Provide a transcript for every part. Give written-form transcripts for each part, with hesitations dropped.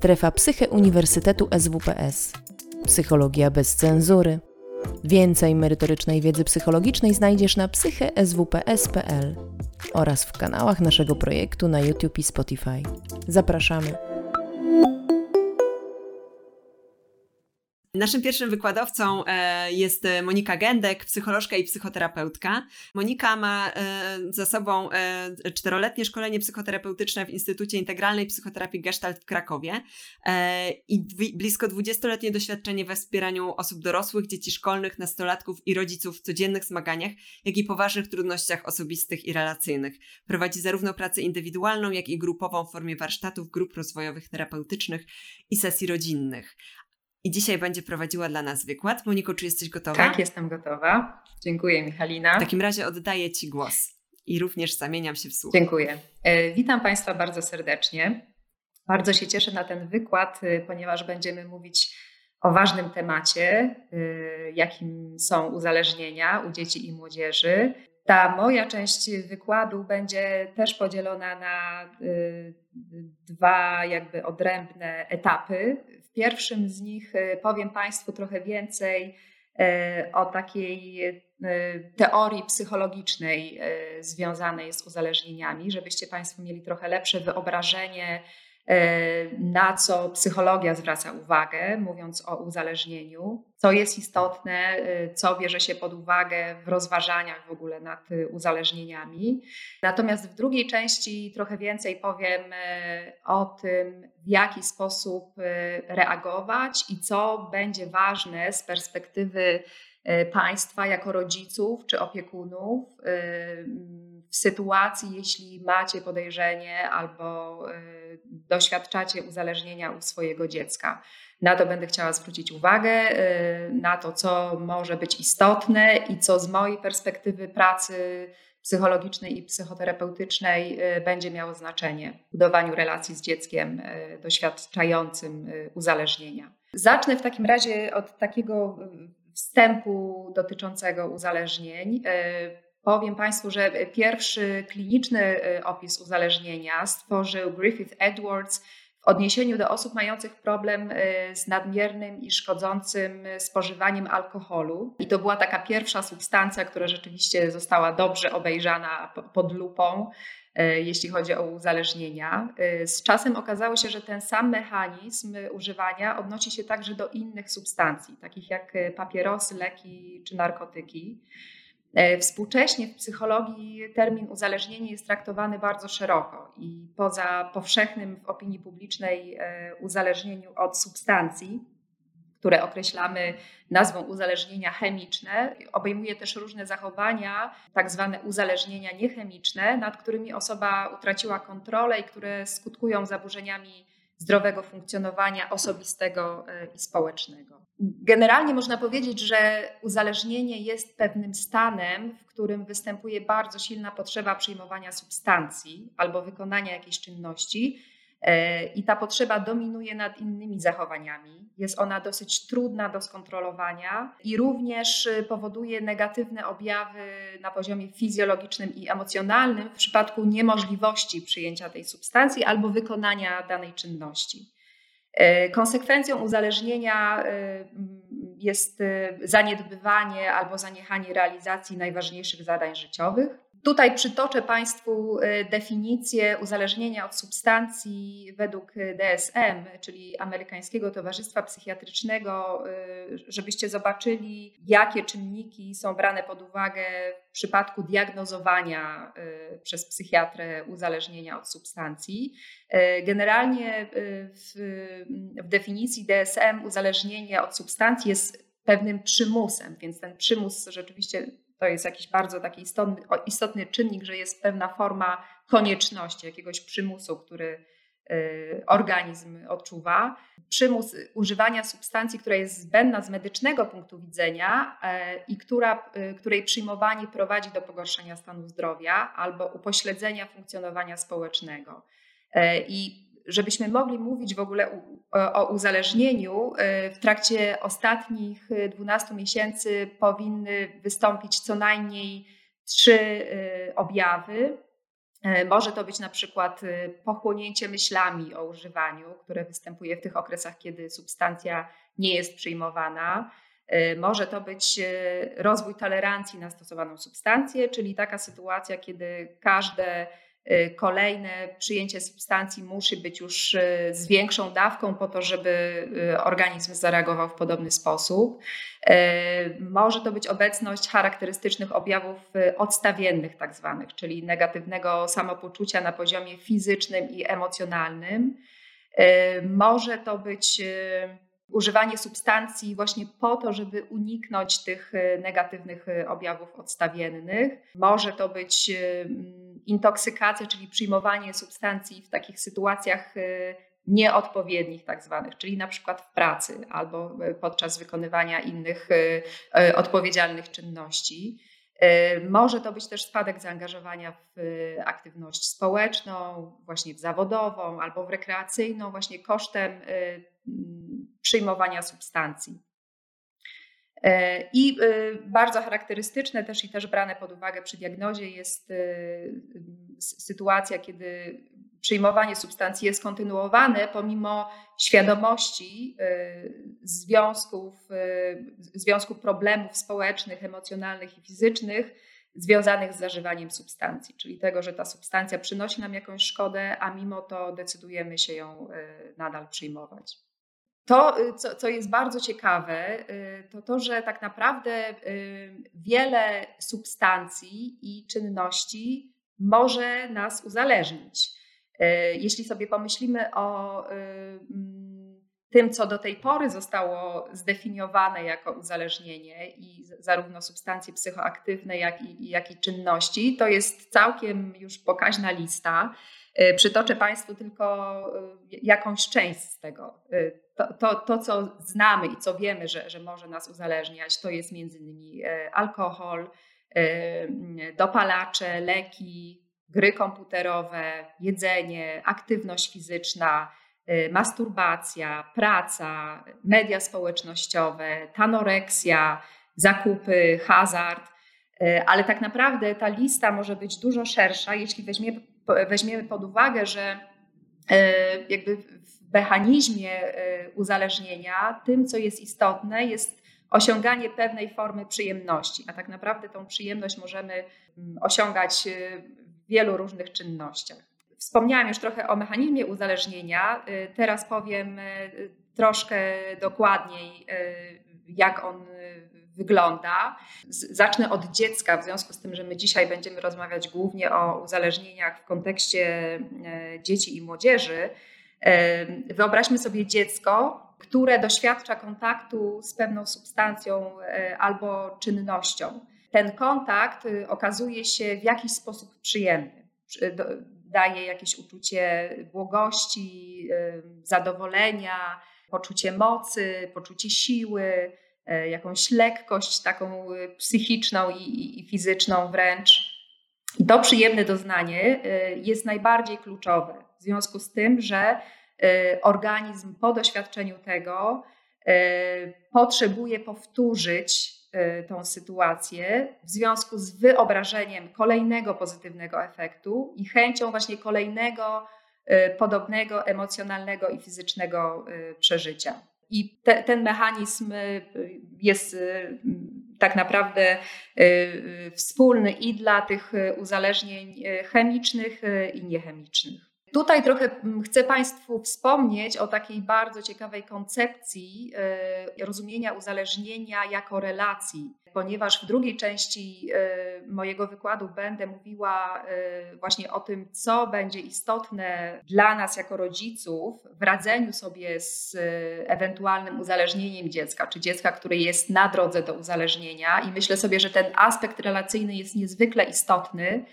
Strefa Psyche Uniwersytetu SWPS. Psychologia bez cenzury. Więcej merytorycznej wiedzy psychologicznej znajdziesz na psycheswps.pl oraz w kanałach naszego projektu na YouTube i Spotify. Zapraszamy! Naszym pierwszym wykładowcą jest Monika Gędek, psycholożka i psychoterapeutka. Monika ma za sobą 4-letnie szkolenie psychoterapeutyczne w Instytucie Integralnej Psychoterapii Gestalt w Krakowie i blisko 20-letnie doświadczenie we wspieraniu osób dorosłych, dzieci szkolnych, nastolatków i rodziców w codziennych zmaganiach, jak i poważnych trudnościach osobistych i relacyjnych. Prowadzi zarówno pracę indywidualną, jak i grupową w formie warsztatów, grup rozwojowych, terapeutycznych i sesji rodzinnych. I dzisiaj będzie prowadziła dla nas wykład. Moniko, czy jesteś gotowa? Tak, jestem gotowa. Dziękuję, Michalina. W takim razie oddaję Ci głos i również zamieniam się w słuch. Dziękuję. Witam Państwa bardzo serdecznie. Bardzo się cieszę na ten wykład, ponieważ będziemy mówić o ważnym temacie, jakim są uzależnienia u dzieci i młodzieży. Ta moja część wykładu będzie też podzielona na dwa jakby odrębne etapy. W pierwszym z nich powiem Państwu trochę więcej o takiej teorii psychologicznej związanej z uzależnieniami, żebyście Państwo mieli trochę lepsze wyobrażenie, na co psychologia zwraca uwagę, mówiąc o uzależnieniu, co jest istotne, co bierze się pod uwagę w rozważaniach w ogóle nad uzależnieniami. Natomiast w drugiej części trochę więcej powiem o tym, w jaki sposób reagować i co będzie ważne z perspektywy Państwa jako rodziców czy opiekunów w sytuacji, jeśli macie podejrzenie albo doświadczacie uzależnienia u swojego dziecka. Na to będę chciała zwrócić uwagę, na to, co może być istotne i co z mojej perspektywy pracy psychologicznej i psychoterapeutycznej będzie miało znaczenie w budowaniu relacji z dzieckiem doświadczającym uzależnienia. Zacznę w takim razie od takiego wstępu dotyczącego uzależnień. Powiem Państwu, że pierwszy kliniczny opis uzależnienia stworzył Griffith Edwards w odniesieniu do osób mających problem z nadmiernym i szkodzącym spożywaniem alkoholu. I to była taka pierwsza substancja, która rzeczywiście została dobrze obejrzana pod lupą, jeśli chodzi o uzależnienia. Z czasem okazało się, że ten sam mechanizm używania odnosi się także do innych substancji, takich jak papierosy, leki czy narkotyki. Współcześnie w psychologii termin uzależnienie jest traktowany bardzo szeroko i poza powszechnym w opinii publicznej uzależnieniu od substancji, które określamy nazwą uzależnienia chemiczne, obejmuje też różne zachowania, tak zwane uzależnienia niechemiczne, nad którymi osoba utraciła kontrolę i które skutkują zaburzeniami zdrowego funkcjonowania osobistego i społecznego. Generalnie można powiedzieć, że uzależnienie jest pewnym stanem, w którym występuje bardzo silna potrzeba przyjmowania substancji albo wykonania jakiejś czynności i ta potrzeba dominuje nad innymi zachowaniami. Jest ona dosyć trudna do skontrolowania i również powoduje negatywne objawy na poziomie fizjologicznym i emocjonalnym w przypadku niemożliwości przyjęcia tej substancji albo wykonania danej czynności. Konsekwencją uzależnienia jest zaniedbywanie albo zaniechanie realizacji najważniejszych zadań życiowych. Tutaj przytoczę Państwu definicję uzależnienia od substancji według DSM, czyli Amerykańskiego Towarzystwa Psychiatrycznego, żebyście zobaczyli, jakie czynniki są brane pod uwagę w przypadku diagnozowania przez psychiatrę uzależnienia od substancji. Generalnie w definicji DSM uzależnienie od substancji jest pewnym przymusem, więc ten przymus rzeczywiście to jest jakiś bardzo taki istotny czynnik, że jest pewna forma konieczności, jakiegoś przymusu, który organizm odczuwa. Przymus używania substancji, która jest zbędna z medycznego punktu widzenia i której przyjmowanie prowadzi do pogorszenia stanu zdrowia albo upośledzenia funkcjonowania społecznego. I żebyśmy mogli mówić w ogóle o uzależnieniu, w trakcie ostatnich 12 miesięcy powinny wystąpić co najmniej 3 objawy. Może to być na przykład pochłonięcie myślami o używaniu, które występuje w tych okresach, kiedy substancja nie jest przyjmowana. Może to być rozwój tolerancji na stosowaną substancję, czyli taka sytuacja, kiedy każde kolejne przyjęcie substancji musi być już z większą dawką po to, żeby organizm zareagował w podobny sposób. Może to być obecność charakterystycznych objawów odstawiennych tak zwanych, czyli negatywnego samopoczucia na poziomie fizycznym i emocjonalnym. Może to być używanie substancji właśnie po to, żeby uniknąć tych negatywnych objawów odstawiennych. Może to być intoksykacja, czyli przyjmowanie substancji w takich sytuacjach nieodpowiednich tak zwanych, czyli na przykład w pracy albo podczas wykonywania innych odpowiedzialnych czynności. Może to być też spadek zaangażowania w aktywność społeczną, właśnie w zawodową albo w rekreacyjną, właśnie kosztem przyjmowania substancji. I bardzo charakterystyczne też i też brane pod uwagę przy diagnozie jest sytuacja, kiedy przyjmowanie substancji jest kontynuowane pomimo świadomości związku problemów społecznych, emocjonalnych i fizycznych związanych z zażywaniem substancji, czyli tego, że ta substancja przynosi nam jakąś szkodę, a mimo to decydujemy się ją nadal przyjmować. To, co jest bardzo ciekawe, to, że tak naprawdę wiele substancji i czynności może nas uzależnić. Jeśli sobie pomyślimy o tym, co do tej pory zostało zdefiniowane jako uzależnienie i zarówno substancje psychoaktywne, jak i czynności, to jest całkiem już pokaźna lista. Przytoczę Państwu tylko jakąś część z tego. To, co znamy i co wiemy, że może nas uzależniać, to jest m.in. alkohol, dopalacze, leki, gry komputerowe, jedzenie, aktywność fizyczna, masturbacja, praca, media społecznościowe, tanoreksja, zakupy, hazard. Ale tak naprawdę ta lista może być dużo szersza, jeśli weźmiemy pod uwagę, że jakby w mechanizmie uzależnienia tym, co jest istotne, jest osiąganie pewnej formy przyjemności, a tak naprawdę tą przyjemność możemy osiągać w wielu różnych czynnościach. Wspomniałam już trochę o mechanizmie uzależnienia, teraz powiem troszkę dokładniej, jak on wygląda. Zacznę od dziecka, w związku z tym, że my dzisiaj będziemy rozmawiać głównie o uzależnieniach w kontekście dzieci i młodzieży. Wyobraźmy sobie dziecko, które doświadcza kontaktu z pewną substancją albo czynnością. Ten kontakt okazuje się w jakiś sposób przyjemny. Daje jakieś uczucie błogości, zadowolenia, poczucie mocy, poczucie siły, jakąś lekkość taką psychiczną i fizyczną wręcz. I to przyjemne doznanie jest najbardziej kluczowe w związku z tym, że organizm po doświadczeniu tego potrzebuje powtórzyć tą sytuację w związku z wyobrażeniem kolejnego pozytywnego efektu i chęcią właśnie kolejnego podobnego emocjonalnego i fizycznego przeżycia. I ten mechanizm jest tak naprawdę wspólny i dla tych uzależnień chemicznych i niechemicznych. Tutaj trochę chcę Państwu wspomnieć o takiej bardzo ciekawej koncepcji rozumienia uzależnienia jako relacji, ponieważ w drugiej części mojego wykładu będę mówiła właśnie o tym, co będzie istotne dla nas jako rodziców w radzeniu sobie z ewentualnym uzależnieniem dziecka, czy dziecka, które jest na drodze do uzależnienia. I myślę sobie, że ten aspekt relacyjny jest niezwykle istotny.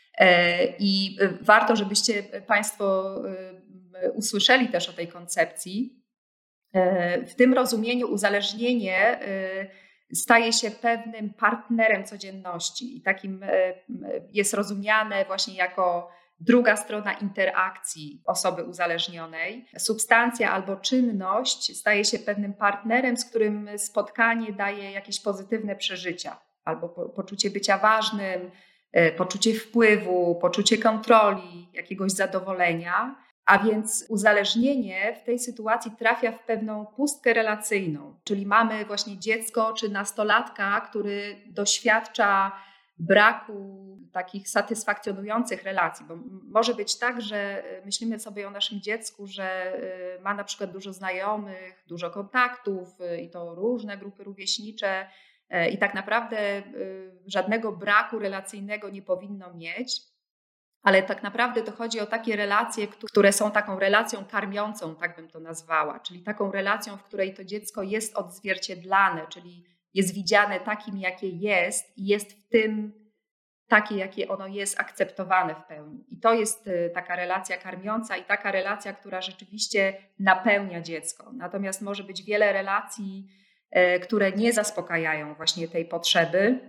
I warto, żebyście Państwo usłyszeli też o tej koncepcji. W tym rozumieniu uzależnienie staje się pewnym partnerem codzienności i takim jest rozumiane właśnie jako druga strona interakcji osoby uzależnionej. Substancja albo czynność staje się pewnym partnerem, z którym spotkanie daje jakieś pozytywne przeżycia albo poczucie bycia ważnym, poczucie wpływu, poczucie kontroli, jakiegoś zadowolenia. A więc uzależnienie w tej sytuacji trafia w pewną pustkę relacyjną, czyli mamy właśnie dziecko czy nastolatka, który doświadcza braku takich satysfakcjonujących relacji, bo może być tak, że myślimy sobie o naszym dziecku, że ma na przykład dużo znajomych, dużo kontaktów i to różne grupy rówieśnicze i tak naprawdę żadnego braku relacyjnego nie powinno mieć. Ale tak naprawdę to chodzi o takie relacje, które są taką relacją karmiącą, tak bym to nazwała, czyli taką relacją, w której to dziecko jest odzwierciedlane, czyli jest widziane takim, jakie jest i jest w tym takie, jakie ono jest, akceptowane w pełni. I to jest taka relacja karmiąca i taka relacja, która rzeczywiście napełnia dziecko. Natomiast może być wiele relacji, które nie zaspokajają właśnie tej potrzeby.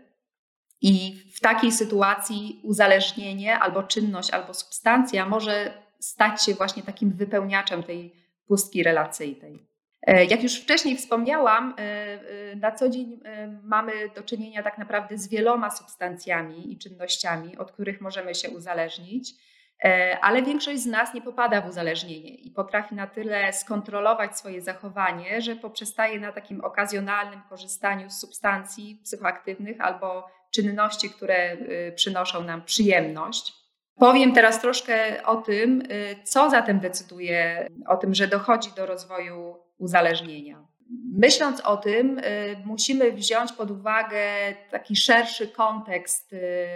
I w takiej sytuacji uzależnienie albo czynność, albo substancja może stać się właśnie takim wypełniaczem tej pustki relacyjnej. Jak już wcześniej wspomniałam, na co dzień mamy do czynienia tak naprawdę z wieloma substancjami i czynnościami, od których możemy się uzależnić, ale większość z nas nie popada w uzależnienie i potrafi na tyle skontrolować swoje zachowanie, że poprzestaje na takim okazjonalnym korzystaniu z substancji psychoaktywnych albo czynności, które przynoszą nam przyjemność. Powiem teraz troszkę o tym, co zatem decyduje o tym, że dochodzi do rozwoju uzależnienia. Myśląc o tym, musimy wziąć pod uwagę taki szerszy kontekst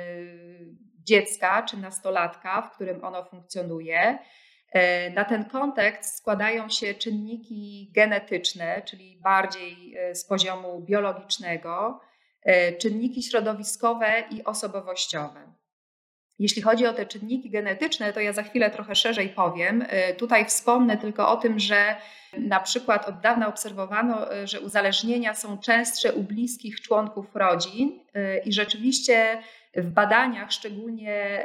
dziecka czy nastolatka, w którym ono funkcjonuje. Na ten kontekst składają się czynniki genetyczne, czyli bardziej z poziomu biologicznego, czynniki środowiskowe i osobowościowe. Jeśli chodzi o te czynniki genetyczne, to ja za chwilę trochę szerzej powiem. Tutaj wspomnę tylko o tym, że na przykład od dawna obserwowano, że uzależnienia są częstsze u bliskich członków rodzin i rzeczywiście w badaniach, szczególnie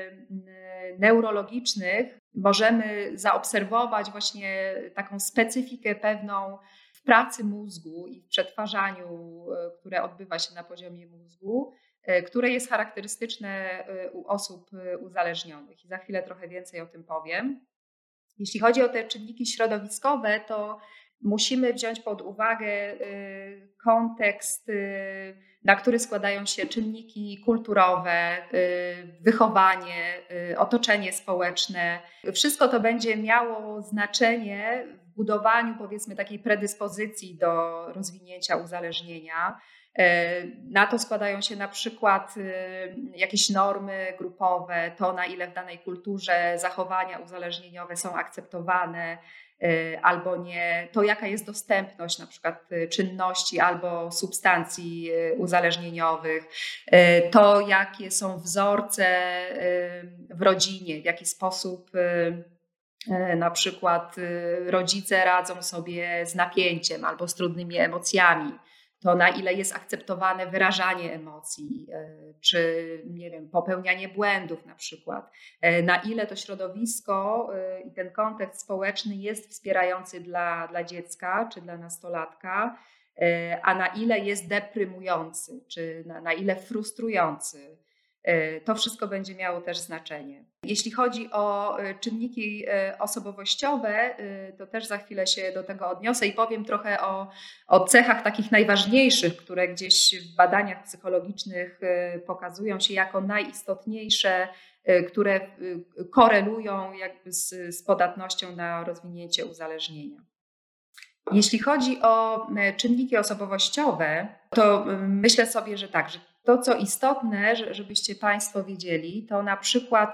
neurologicznych, możemy zaobserwować właśnie taką specyfikę pewną w pracy mózgu i w przetwarzaniu, które odbywa się na poziomie mózgu, które jest charakterystyczne u osób uzależnionych. I za chwilę trochę więcej o tym powiem. Jeśli chodzi o te czynniki środowiskowe, to musimy wziąć pod uwagę kontekst, na który składają się czynniki kulturowe, wychowanie, otoczenie społeczne. Wszystko to będzie miało znaczenie w budowaniu, powiedzmy, takiej predyspozycji do rozwinięcia uzależnienia. Na to składają się na przykład jakieś normy grupowe, to na ile w danej kulturze zachowania uzależnieniowe są akceptowane albo nie, to jaka jest dostępność na przykład czynności albo substancji uzależnieniowych, to jakie są wzorce w rodzinie, w jaki sposób na przykład rodzice radzą sobie z napięciem albo z trudnymi emocjami. To na ile jest akceptowane wyrażanie emocji, czy nie wiem, popełnianie błędów na przykład, na ile to środowisko i ten kontekst społeczny jest wspierający dla dziecka czy dla nastolatka, a na ile jest deprymujący, czy na ile frustrujący. To wszystko będzie miało też znaczenie. Jeśli chodzi o czynniki osobowościowe, to też za chwilę się do tego odniosę i powiem trochę o cechach takich najważniejszych, które gdzieś w badaniach psychologicznych pokazują się jako najistotniejsze, które korelują jakby z podatnością na rozwinięcie uzależnienia. Jeśli chodzi o czynniki osobowościowe, to myślę sobie, że tak, że to co istotne, żebyście Państwo wiedzieli, to na przykład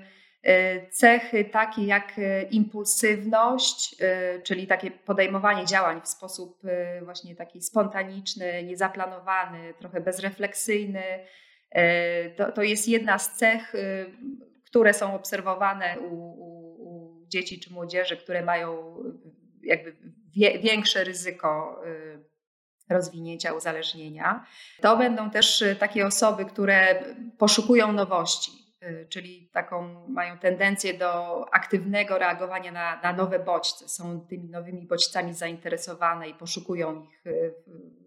cechy takie jak impulsywność, czyli takie podejmowanie działań w sposób właśnie taki spontaniczny, niezaplanowany, trochę bezrefleksyjny. To jest jedna z cech, które są obserwowane u dzieci czy młodzieży, które mają jakby większe ryzyko rozwinięcia uzależnienia. To będą też takie osoby, które poszukują nowości, czyli mają tendencję do aktywnego reagowania na nowe bodźce. Są tymi nowymi bodźcami zainteresowane i poszukują ich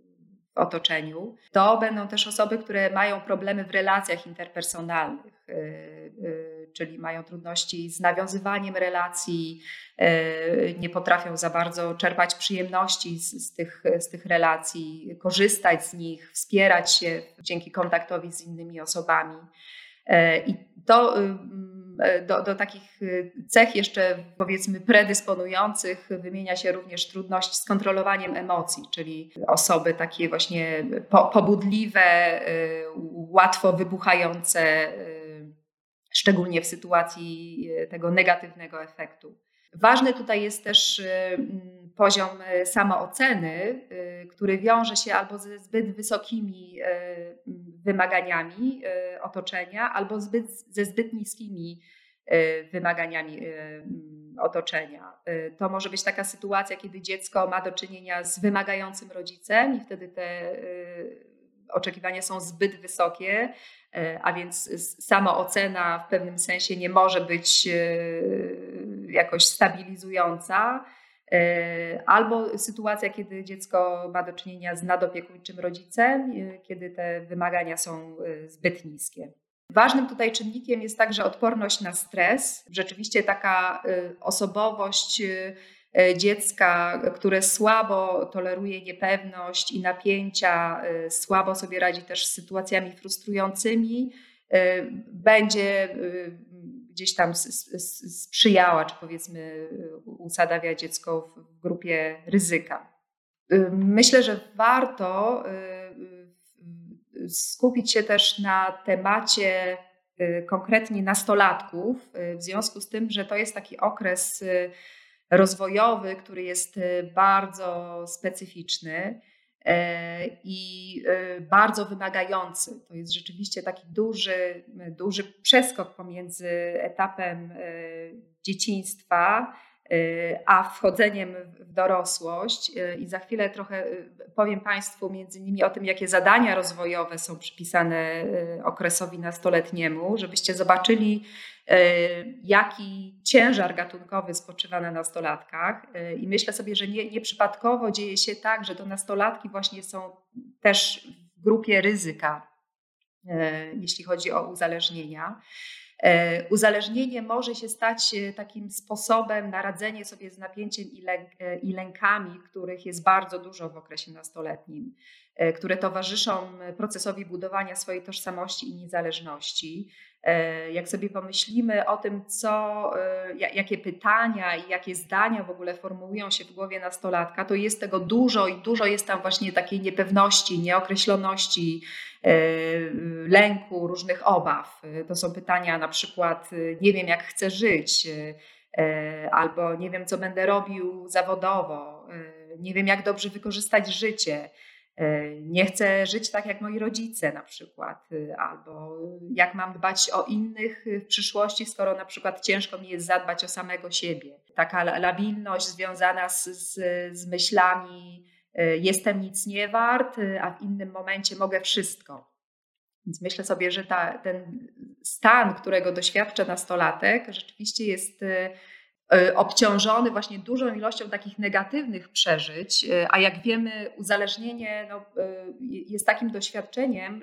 w otoczeniu. To będą też osoby, które mają problemy w relacjach interpersonalnych, czyli mają trudności z nawiązywaniem relacji, nie potrafią za bardzo czerpać przyjemności z tych relacji, korzystać z nich, wspierać się dzięki kontaktowi z innymi osobami. I to do takich cech jeszcze, powiedzmy, predysponujących wymienia się również trudność z kontrolowaniem emocji, czyli osoby takie właśnie pobudliwe, łatwo wybuchające, szczególnie w sytuacji tego negatywnego efektu. Ważny tutaj jest też poziom samooceny, który wiąże się albo ze zbyt wysokimi wymaganiami otoczenia, albo ze zbyt niskimi wymaganiami otoczenia. To może być taka sytuacja, kiedy dziecko ma do czynienia z wymagającym rodzicem i wtedy te oczekiwania są zbyt wysokie, a więc samoocena w pewnym sensie nie może być jakoś stabilizująca. Albo sytuacja, kiedy dziecko ma do czynienia z nadopiekuńczym rodzicem, kiedy te wymagania są zbyt niskie. Ważnym tutaj czynnikiem jest także odporność na stres. Rzeczywiście taka osobowość dziecka, które słabo toleruje niepewność i napięcia, słabo sobie radzi też z sytuacjami frustrującymi, będzie gdzieś tam sprzyjała, czy powiedzmy usadawia dziecko w grupie ryzyka. Myślę, że warto skupić się też na temacie konkretnie nastolatków, w związku z tym, że to jest taki okres rozwojowy, który jest bardzo specyficzny i bardzo wymagający. To jest rzeczywiście taki duży przeskok pomiędzy etapem dzieciństwa a wchodzeniem w dorosłość. I za chwilę trochę powiem Państwu między innymi o tym, jakie zadania rozwojowe są przypisane okresowi nastoletniemu, żebyście zobaczyli, jaki ciężar gatunkowy spoczywa na nastolatkach. I myślę sobie, że nieprzypadkowo dzieje się tak, że to nastolatki właśnie są też w grupie ryzyka, jeśli chodzi o uzależnienia. Uzależnienie może się stać takim sposobem na radzenie sobie z napięciem i lękami, których jest bardzo dużo w okresie nastoletnim, które towarzyszą procesowi budowania swojej tożsamości i niezależności. Jak sobie pomyślimy o tym, jakie pytania i jakie zdania w ogóle formułują się w głowie nastolatka, to jest tego dużo i dużo jest tam właśnie takiej niepewności, nieokreśloności, lęku, różnych obaw. To są pytania na przykład: nie wiem, jak chcę żyć, albo nie wiem, co będę robił zawodowo, nie wiem, jak dobrze wykorzystać życie, nie chcę żyć tak jak moi rodzice na przykład, albo jak mam dbać o innych w przyszłości, skoro na przykład ciężko mi jest zadbać o samego siebie. Taka labilność związana z myślami: jestem nic nie wart, a w innym momencie mogę wszystko. Więc myślę sobie, że ten stan, którego doświadcza nastolatek, rzeczywiście jest obciążony właśnie dużą ilością takich negatywnych przeżyć, a jak wiemy, uzależnienie jest takim doświadczeniem,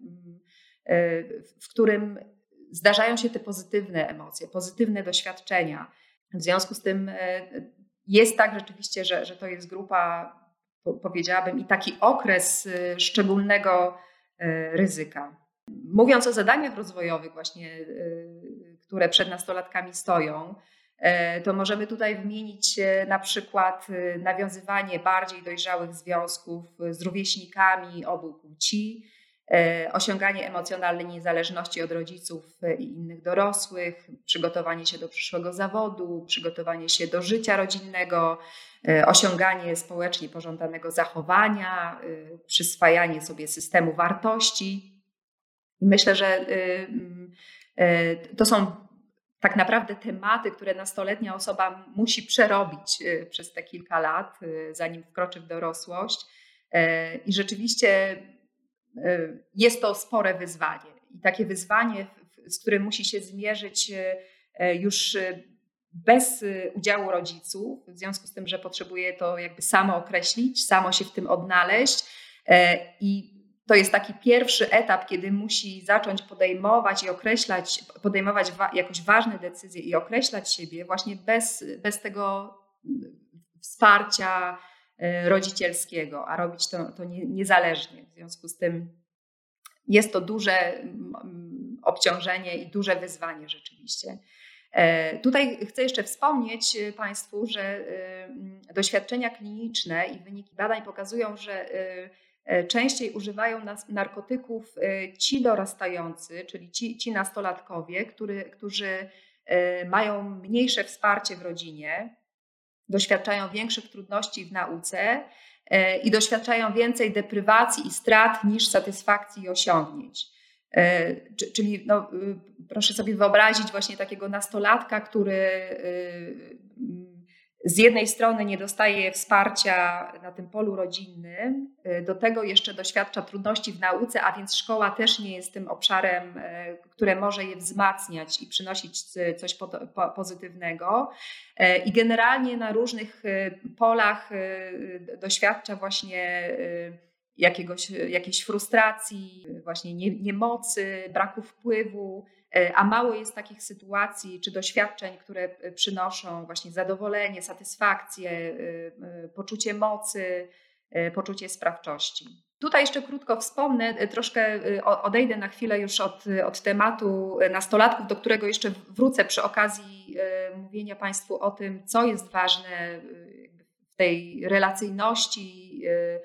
w którym zdarzają się te pozytywne emocje, pozytywne doświadczenia. W związku z tym jest tak rzeczywiście, że to jest grupa, powiedziałabym, i taki okres szczególnego ryzyka. Mówiąc o zadaniach rozwojowych właśnie, które przed nastolatkami stoją, to możemy tutaj wymienić na przykład nawiązywanie bardziej dojrzałych związków z rówieśnikami obu płci, osiąganie emocjonalnej niezależności od rodziców i innych dorosłych, przygotowanie się do przyszłego zawodu, przygotowanie się do życia rodzinnego, osiąganie społecznie pożądanego zachowania, przyswajanie sobie systemu wartości. I myślę, że to są tak naprawdę tematy, które nastoletnia osoba musi przerobić przez te kilka lat, zanim wkroczy w dorosłość. I rzeczywiście jest to spore wyzwanie. I takie wyzwanie, z którym musi się zmierzyć już bez udziału rodziców, w związku z tym, że potrzebuje to jakby samo określić, samo się w tym odnaleźć, I to jest taki pierwszy etap, kiedy musi zacząć podejmować jakoś ważne decyzje i określać siebie właśnie bez tego wsparcia rodzicielskiego, a robić to niezależnie. W związku z tym jest to duże obciążenie i duże wyzwanie rzeczywiście. Tutaj chcę jeszcze wspomnieć Państwu, że doświadczenia kliniczne i wyniki badań pokazują, że częściej używają narkotyków ci dorastający, czyli ci nastolatkowie, którzy mają mniejsze wsparcie w rodzinie, doświadczają większych trudności w nauce i doświadczają więcej deprywacji i strat niż satysfakcji i osiągnięć. Czyli proszę sobie wyobrazić właśnie takiego nastolatka, który z jednej strony nie dostaje wsparcia na tym polu rodzinnym, do tego jeszcze doświadcza trudności w nauce, a więc szkoła też nie jest tym obszarem, które może je wzmacniać i przynosić coś pozytywnego. I generalnie na różnych polach doświadcza właśnie jakiejś frustracji, właśnie niemocy, braku wpływu, a mało jest takich sytuacji czy doświadczeń, które przynoszą właśnie zadowolenie, satysfakcję, poczucie mocy, poczucie sprawczości. Tutaj jeszcze krótko wspomnę, troszkę odejdę na chwilę już od tematu nastolatków, do którego jeszcze wrócę przy okazji mówienia Państwu o tym, co jest ważne w tej relacyjności,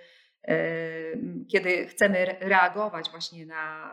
kiedy chcemy reagować właśnie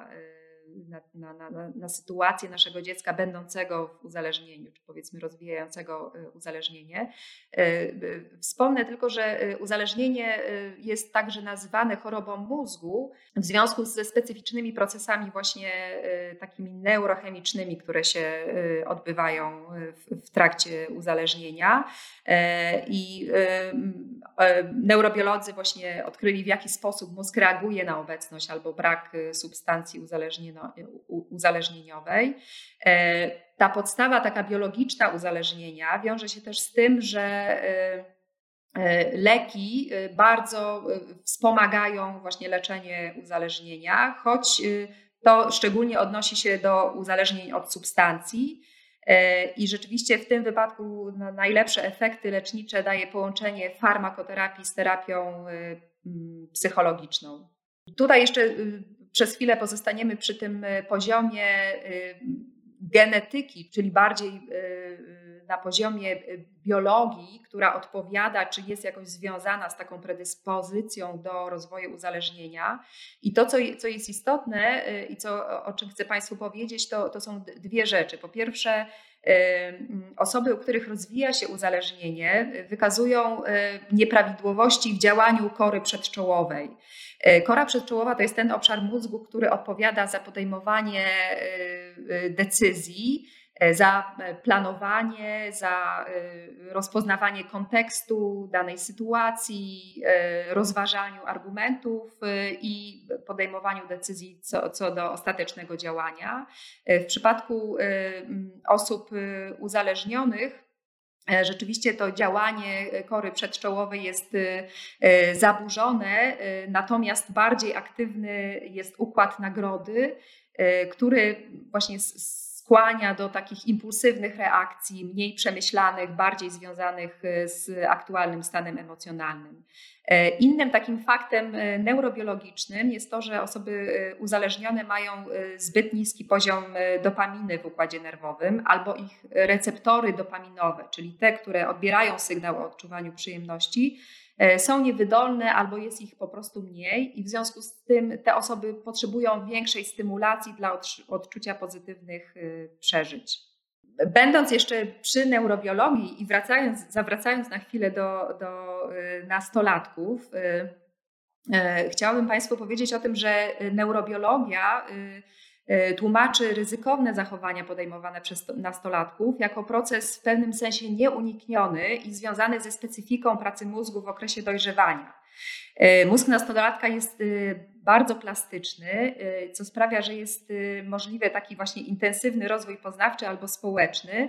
na sytuację naszego dziecka będącego w uzależnieniu, czy powiedzmy rozwijającego uzależnienie. Wspomnę tylko, że uzależnienie jest także nazywane chorobą mózgu w związku ze specyficznymi procesami właśnie takimi neurochemicznymi, które się odbywają w trakcie uzależnienia. I neurobiolodzy właśnie odkryli, w jaki sposób mózg reaguje na obecność albo brak substancji uzależnieniowej. Ta podstawa taka biologiczna uzależnienia wiąże się też z tym, że leki bardzo wspomagają właśnie leczenie uzależnienia, choć to szczególnie odnosi się do uzależnień od substancji. I rzeczywiście w tym wypadku najlepsze efekty lecznicze daje połączenie farmakoterapii z terapią psychologiczną. Tutaj jeszcze przez chwilę pozostaniemy przy tym poziomie genetyki, czyli bardziej na poziomie biologii, która odpowiada, czy jest jakoś związana z taką predyspozycją do rozwoju uzależnienia. I to, co jest istotne i o czym chcę Państwu powiedzieć, to są dwie rzeczy. Po pierwsze, osoby, u których rozwija się uzależnienie, wykazują nieprawidłowości w działaniu kory przedczołowej. Kora przedczołowa to jest ten obszar mózgu, który odpowiada za podejmowanie decyzji, za planowanie, za rozpoznawanie kontekstu danej sytuacji, rozważaniu argumentów i podejmowaniu decyzji co do ostatecznego działania. W przypadku osób uzależnionych rzeczywiście to działanie kory przedczołowej jest zaburzone, natomiast bardziej aktywny jest układ nagrody, który właśnie skłania do takich impulsywnych reakcji, mniej przemyślanych, bardziej związanych z aktualnym stanem emocjonalnym. Innym takim faktem neurobiologicznym jest to, że osoby uzależnione mają zbyt niski poziom dopaminy w układzie nerwowym albo ich receptory dopaminowe, czyli te, które odbierają sygnał o odczuwaniu przyjemności, są niewydolne albo jest ich po prostu mniej i w związku z tym te osoby potrzebują większej stymulacji dla odczucia pozytywnych przeżyć. Będąc jeszcze przy neurobiologii i zawracając na chwilę do nastolatków, chciałabym Państwu powiedzieć o tym, że neurobiologia tłumaczy ryzykowne zachowania podejmowane przez nastolatków jako proces w pewnym sensie nieunikniony i związany ze specyfiką pracy mózgu w okresie dojrzewania. Mózg nastolatka jest bardzo plastyczny, co sprawia, że jest możliwy taki właśnie intensywny rozwój poznawczy albo społeczny,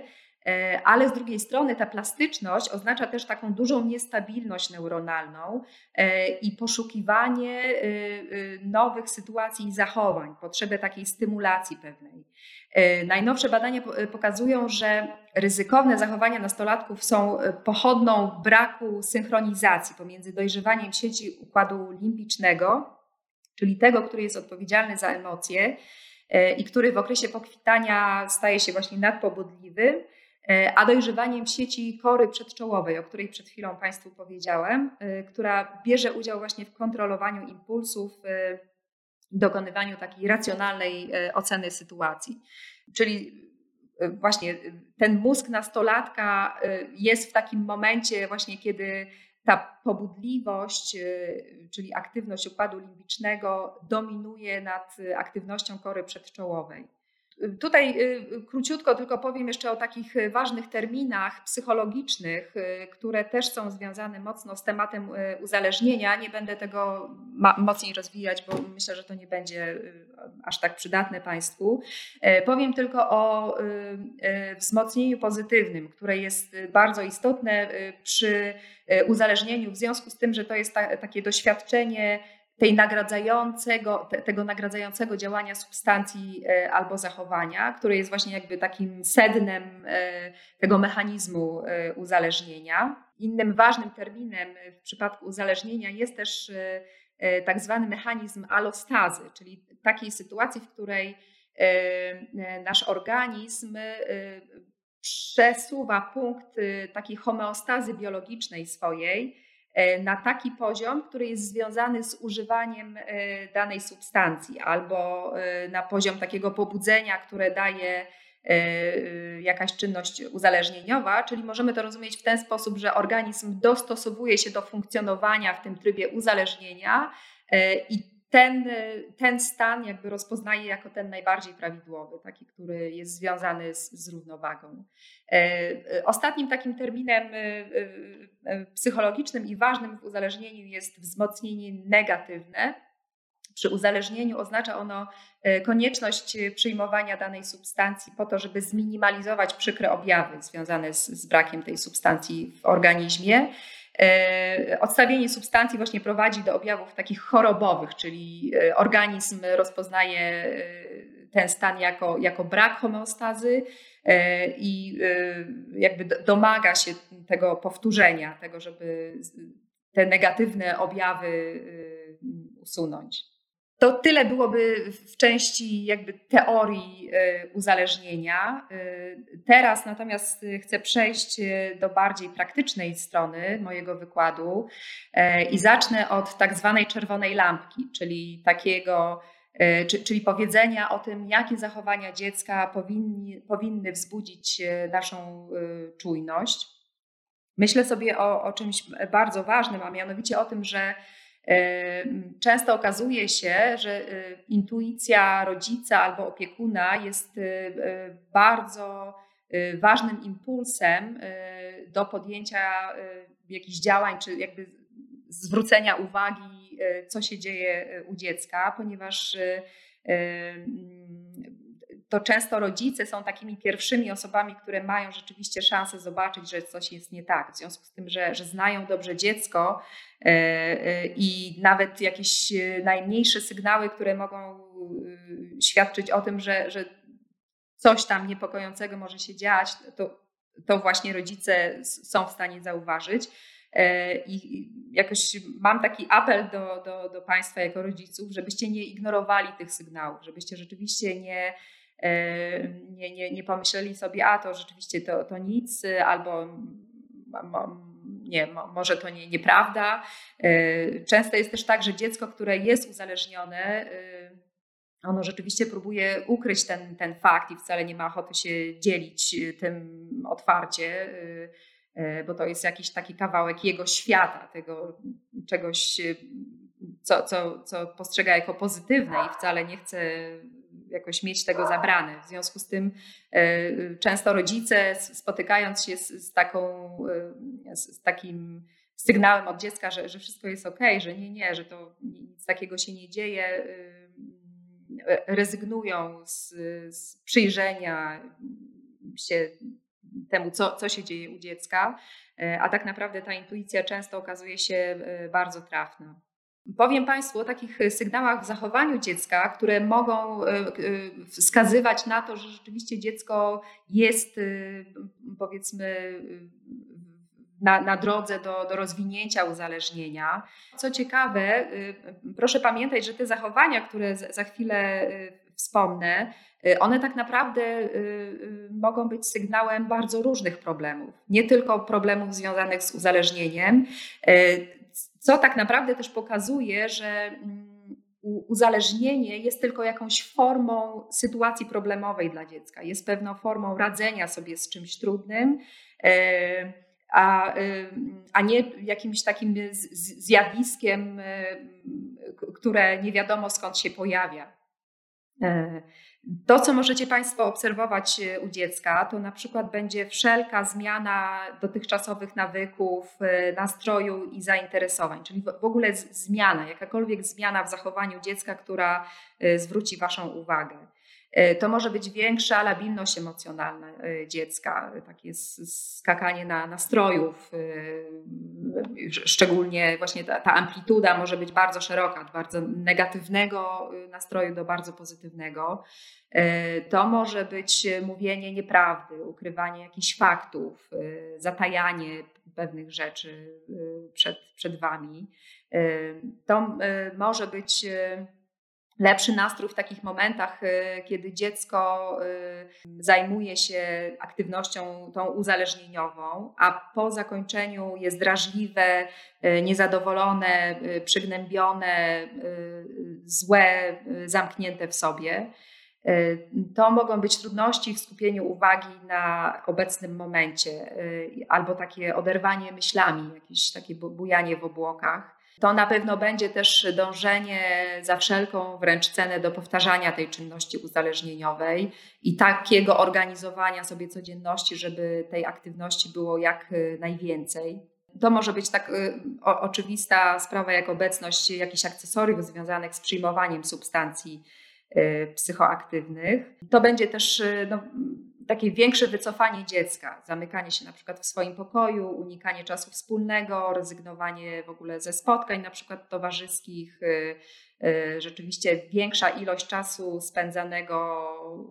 Ale z drugiej strony ta plastyczność oznacza też taką dużą niestabilność neuronalną i poszukiwanie nowych sytuacji i zachowań, potrzebę takiej stymulacji pewnej. Najnowsze badania pokazują, że ryzykowne zachowania nastolatków są pochodną braku synchronizacji pomiędzy dojrzewaniem sieci układu limbicznego, czyli tego, który jest odpowiedzialny za emocje i który w okresie pokwitania staje się właśnie nadpobudliwy, a dojrzewaniem sieci kory przedczołowej, o której przed chwilą Państwu powiedziałem, która bierze udział właśnie w kontrolowaniu impulsów, dokonywaniu takiej racjonalnej oceny sytuacji. Czyli właśnie ten mózg nastolatka jest w takim momencie właśnie, kiedy ta pobudliwość, czyli aktywność układu limbicznego dominuje nad aktywnością kory przedczołowej. Tutaj króciutko tylko powiem jeszcze o takich ważnych terminach psychologicznych, które też są związane mocno z tematem uzależnienia. Nie będę tego mocniej rozwijać, bo myślę, że to nie będzie aż tak przydatne Państwu. Powiem tylko o wzmocnieniu pozytywnym, które jest bardzo istotne przy uzależnieniu w związku z tym, że to jest takie doświadczenie tego nagradzającego działania substancji albo zachowania, które jest właśnie jakby takim sednem tego mechanizmu uzależnienia. Innym ważnym terminem w przypadku uzależnienia jest też tak zwany mechanizm alostazy, czyli takiej sytuacji, w której nasz organizm przesuwa punkt takiej homeostazy biologicznej swojej na taki poziom, który jest związany z używaniem danej substancji, albo na poziom takiego pobudzenia, które daje jakaś czynność uzależnieniowa, czyli możemy to rozumieć w ten sposób, że organizm dostosowuje się do funkcjonowania w tym trybie uzależnienia i ten stan jakby rozpoznaje jako ten najbardziej prawidłowy, taki, który jest związany z równowagą. Ostatnim takim terminem psychologicznym i ważnym w uzależnieniu jest wzmocnienie negatywne. Przy uzależnieniu oznacza ono konieczność przyjmowania danej substancji po to, żeby zminimalizować przykre objawy związane z brakiem tej substancji w organizmie. Odstawienie substancji właśnie prowadzi do objawów takich chorobowych, czyli organizm rozpoznaje ten stan jako brak homeostazy i jakby domaga się tego powtórzenia, tego, żeby te negatywne objawy usunąć. To tyle byłoby w części jakby teorii uzależnienia. Teraz natomiast chcę przejść do bardziej praktycznej strony mojego wykładu i zacznę od tak zwanej czerwonej lampki, czyli powiedzenia o tym, jakie zachowania dziecka powinny wzbudzić naszą czujność. Myślę sobie o czymś bardzo ważnym, a mianowicie o tym, że często okazuje się, że intuicja rodzica albo opiekuna jest bardzo ważnym impulsem do podjęcia jakichś działań, czy jakby zwrócenia uwagi, co się dzieje u dziecka, ponieważ to często rodzice są takimi pierwszymi osobami, które mają rzeczywiście szansę zobaczyć, że coś jest nie tak. W związku z tym, że znają dobrze dziecko i nawet jakieś najmniejsze sygnały, które mogą świadczyć o tym, że coś tam niepokojącego może się dziać, to właśnie rodzice są w stanie zauważyć. I jakoś mam taki apel do Państwa jako rodziców, żebyście nie ignorowali tych sygnałów, żebyście rzeczywiście nie pomyśleli sobie, to rzeczywiście to nic, albo nie, może to nieprawda. Często jest też tak, że dziecko, które jest uzależnione, ono rzeczywiście próbuje ukryć ten fakt i wcale nie ma ochoty się dzielić tym otwarcie, bo to jest jakiś taki kawałek jego świata, tego czegoś, co postrzega jako pozytywne i wcale nie chce jakoś mieć tego zabrane. W związku z tym często rodzice, spotykając się z takim sygnałem od dziecka, że wszystko jest okej, że nie, że to nic takiego się nie dzieje, rezygnują z przyjrzenia się temu, co się dzieje u dziecka, a tak naprawdę ta intuicja często okazuje się bardzo trafna. Powiem Państwu o takich sygnałach w zachowaniu dziecka, które mogą wskazywać na to, że rzeczywiście dziecko jest, powiedzmy, na drodze do rozwinięcia uzależnienia. Co ciekawe, proszę pamiętać, że te zachowania, które za chwilę wspomnę, one tak naprawdę mogą być sygnałem bardzo różnych problemów. Nie tylko problemów związanych z uzależnieniem, co tak naprawdę też pokazuje, że uzależnienie jest tylko jakąś formą sytuacji problemowej dla dziecka. Jest pewną formą radzenia sobie z czymś trudnym, a nie jakimś takim zjawiskiem, które nie wiadomo skąd się pojawia. To, co możecie Państwo obserwować u dziecka, to na przykład będzie wszelka zmiana dotychczasowych nawyków, nastroju i zainteresowań, czyli w ogóle zmiana, jakakolwiek zmiana w zachowaniu dziecka, która zwróci Waszą uwagę. To może być większa labilność emocjonalna dziecka, takie skakanie na nastrojów, szczególnie właśnie ta amplituda może być bardzo szeroka, od bardzo negatywnego nastroju do bardzo pozytywnego. To może być mówienie nieprawdy, ukrywanie jakichś faktów, zatajanie pewnych rzeczy przed Wami. To może być lepszy nastrój w takich momentach, kiedy dziecko zajmuje się aktywnością tą uzależnieniową, a po zakończeniu jest drażliwe, niezadowolone, przygnębione, złe, zamknięte w sobie. To mogą być trudności w skupieniu uwagi na obecnym momencie albo takie oderwanie myślami, jakieś takie bujanie w obłokach. To na pewno będzie też dążenie za wszelką wręcz cenę do powtarzania tej czynności uzależnieniowej i takiego organizowania sobie codzienności, żeby tej aktywności było jak najwięcej. To może być tak oczywista sprawa jak obecność jakichś akcesoriów związanych z przyjmowaniem substancji psychoaktywnych. To będzie też takie większe wycofanie dziecka, zamykanie się na przykład w swoim pokoju, unikanie czasu wspólnego, rezygnowanie w ogóle ze spotkań na przykład towarzyskich, rzeczywiście większa ilość czasu spędzanego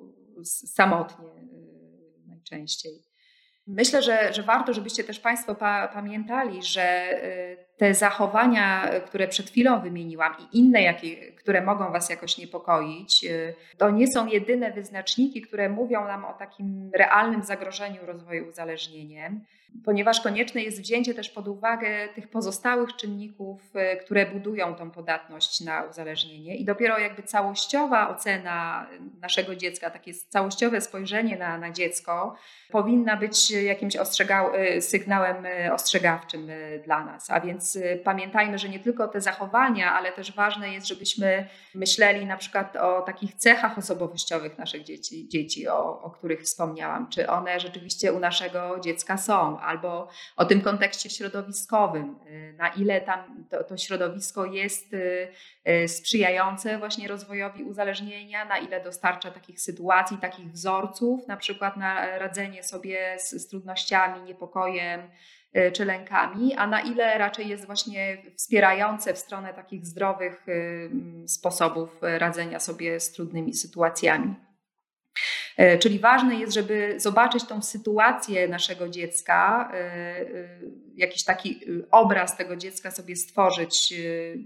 samotnie najczęściej. Myślę, że warto, żebyście też Państwo pamiętali, że te zachowania, które przed chwilą wymieniłam i inne, które mogą Was jakoś niepokoić, to nie są jedyne wyznaczniki, które mówią nam o takim realnym zagrożeniu rozwoju uzależnieniem, ponieważ konieczne jest wzięcie też pod uwagę tych pozostałych czynników, które budują tą podatność na uzależnienie i dopiero jakby całościowa ocena naszego dziecka, takie całościowe spojrzenie na dziecko powinna być jakimś sygnałem ostrzegawczym dla nas. A więc pamiętajmy, że nie tylko te zachowania, ale też ważne jest, żebyśmy myśleli na przykład o takich cechach osobowościowych naszych dzieci, o których wspomniałam. Czy one rzeczywiście u naszego dziecka są? Albo o tym kontekście środowiskowym, na ile tam to środowisko jest sprzyjające właśnie rozwojowi uzależnienia, na ile dostarcza takich sytuacji, takich wzorców, na przykład na radzenie sobie z trudnościami, niepokojem czy lękami, a na ile raczej jest właśnie wspierające w stronę takich zdrowych sposobów radzenia sobie z trudnymi sytuacjami. Czyli ważne jest, żeby zobaczyć tą sytuację naszego dziecka, jakiś taki obraz tego dziecka sobie stworzyć,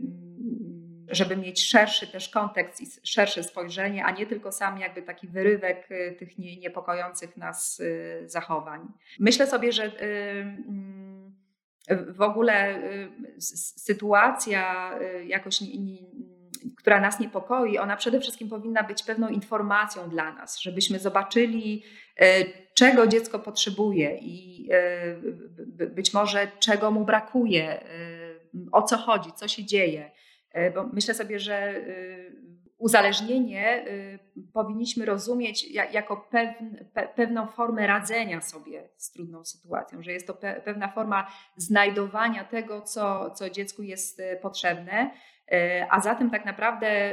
żeby mieć szerszy też kontekst i szersze spojrzenie, a nie tylko sam jakby taki wyrywek tych niepokojących nas zachowań. Myślę sobie, że w ogóle sytuacja jakoś która nas niepokoi, ona przede wszystkim powinna być pewną informacją dla nas, żebyśmy zobaczyli, czego dziecko potrzebuje i być może czego mu brakuje, o co chodzi, co się dzieje. Bo myślę sobie, że uzależnienie powinniśmy rozumieć jako pewną formę radzenia sobie z trudną sytuacją, że jest to pewna forma znajdowania tego, co dziecku jest potrzebne, a zatem tak naprawdę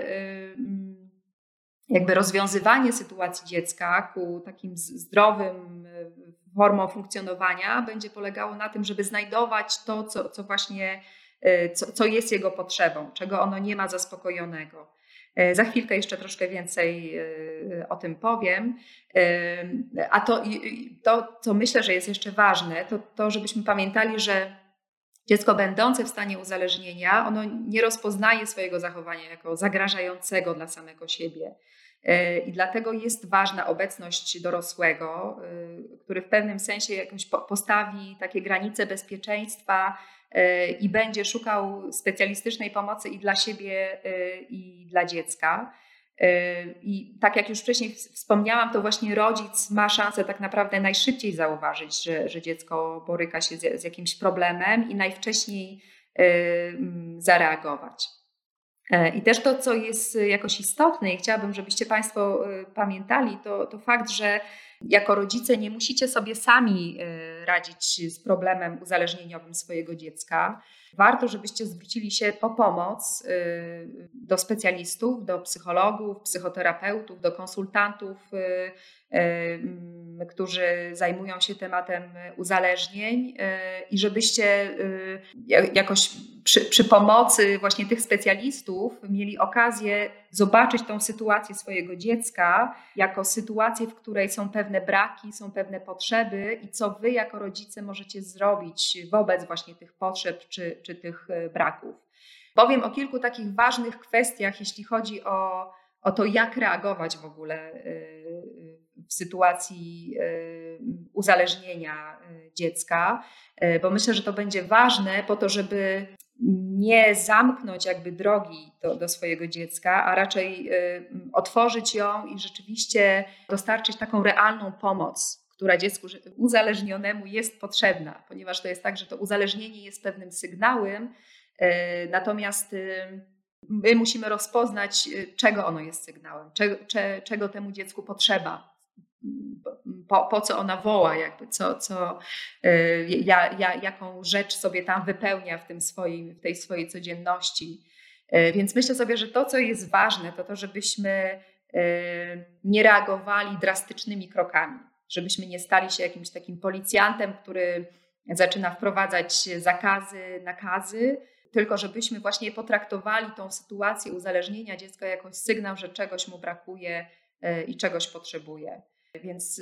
jakby rozwiązywanie sytuacji dziecka ku takim zdrowym formą funkcjonowania będzie polegało na tym, żeby znajdować to, co właśnie, co jest jego potrzebą, czego ono nie ma zaspokojonego. Za chwilkę jeszcze troszkę więcej o tym powiem. A to, co myślę, że jest jeszcze ważne, to żebyśmy pamiętali, że dziecko będące w stanie uzależnienia, ono nie rozpoznaje swojego zachowania jako zagrażającego dla samego siebie. I dlatego jest ważna obecność dorosłego, który w pewnym sensie jakoś postawi takie granice bezpieczeństwa i będzie szukał specjalistycznej pomocy i dla siebie, i dla dziecka. I tak jak już wcześniej wspomniałam, to właśnie rodzic ma szansę tak naprawdę najszybciej zauważyć, że dziecko boryka się z jakimś problemem i najwcześniej zareagować. I też to, co jest jakoś istotne i chciałabym, żebyście Państwo pamiętali, to fakt, że jako rodzice nie musicie sobie sami radzić z problemem uzależnieniowym swojego dziecka. Warto, żebyście zwrócili się po pomoc do specjalistów, do psychologów, psychoterapeutów, do konsultantów, którzy zajmują się tematem uzależnień i żebyście jakoś przy pomocy właśnie tych specjalistów mieli okazję zobaczyć tą sytuację swojego dziecka jako sytuację, w której są pewne braki, są pewne potrzeby i co wy jako rodzice możecie zrobić wobec właśnie tych potrzeb czy tych braków. Powiem o kilku takich ważnych kwestiach, jeśli chodzi o to, jak reagować w ogóle w sytuacji uzależnienia dziecka, bo myślę, że to będzie ważne po to, żeby nie zamknąć jakby drogi do swojego dziecka, a raczej otworzyć ją i rzeczywiście dostarczyć taką realną pomoc, która dziecku uzależnionemu jest potrzebna, ponieważ to jest tak, że to uzależnienie jest pewnym sygnałem, natomiast my musimy rozpoznać, czego ono jest sygnałem, czego temu dziecku potrzeba, po co ona woła, jakby jaką rzecz sobie tam wypełnia w tej swojej codzienności. Więc myślę sobie, że to, co jest ważne, to żebyśmy nie reagowali drastycznymi krokami, żebyśmy nie stali się jakimś takim policjantem, który zaczyna wprowadzać zakazy, nakazy, tylko żebyśmy właśnie potraktowali tą sytuację uzależnienia dziecka jako sygnał, że czegoś mu brakuje i czegoś potrzebuje. Więc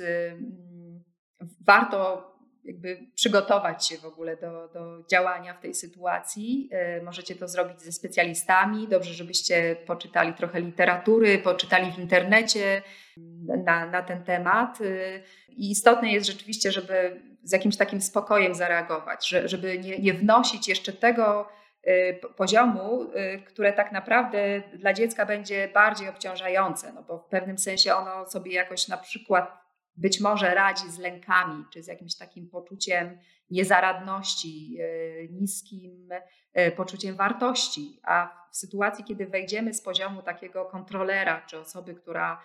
warto jakby przygotować się w ogóle do działania w tej sytuacji. Możecie to zrobić ze specjalistami. Dobrze, żebyście poczytali trochę literatury, poczytali w internecie na ten temat. I istotne jest rzeczywiście, żeby z jakimś takim spokojem zareagować, żeby nie wnosić jeszcze tego poziomu, które tak naprawdę dla dziecka będzie bardziej obciążające, no bo w pewnym sensie ono sobie jakoś na przykład być może radzi z lękami, czy z jakimś takim poczuciem niezaradności, niskim poczuciem wartości, a w sytuacji, kiedy wejdziemy z poziomu takiego kontrolera, czy osoby, która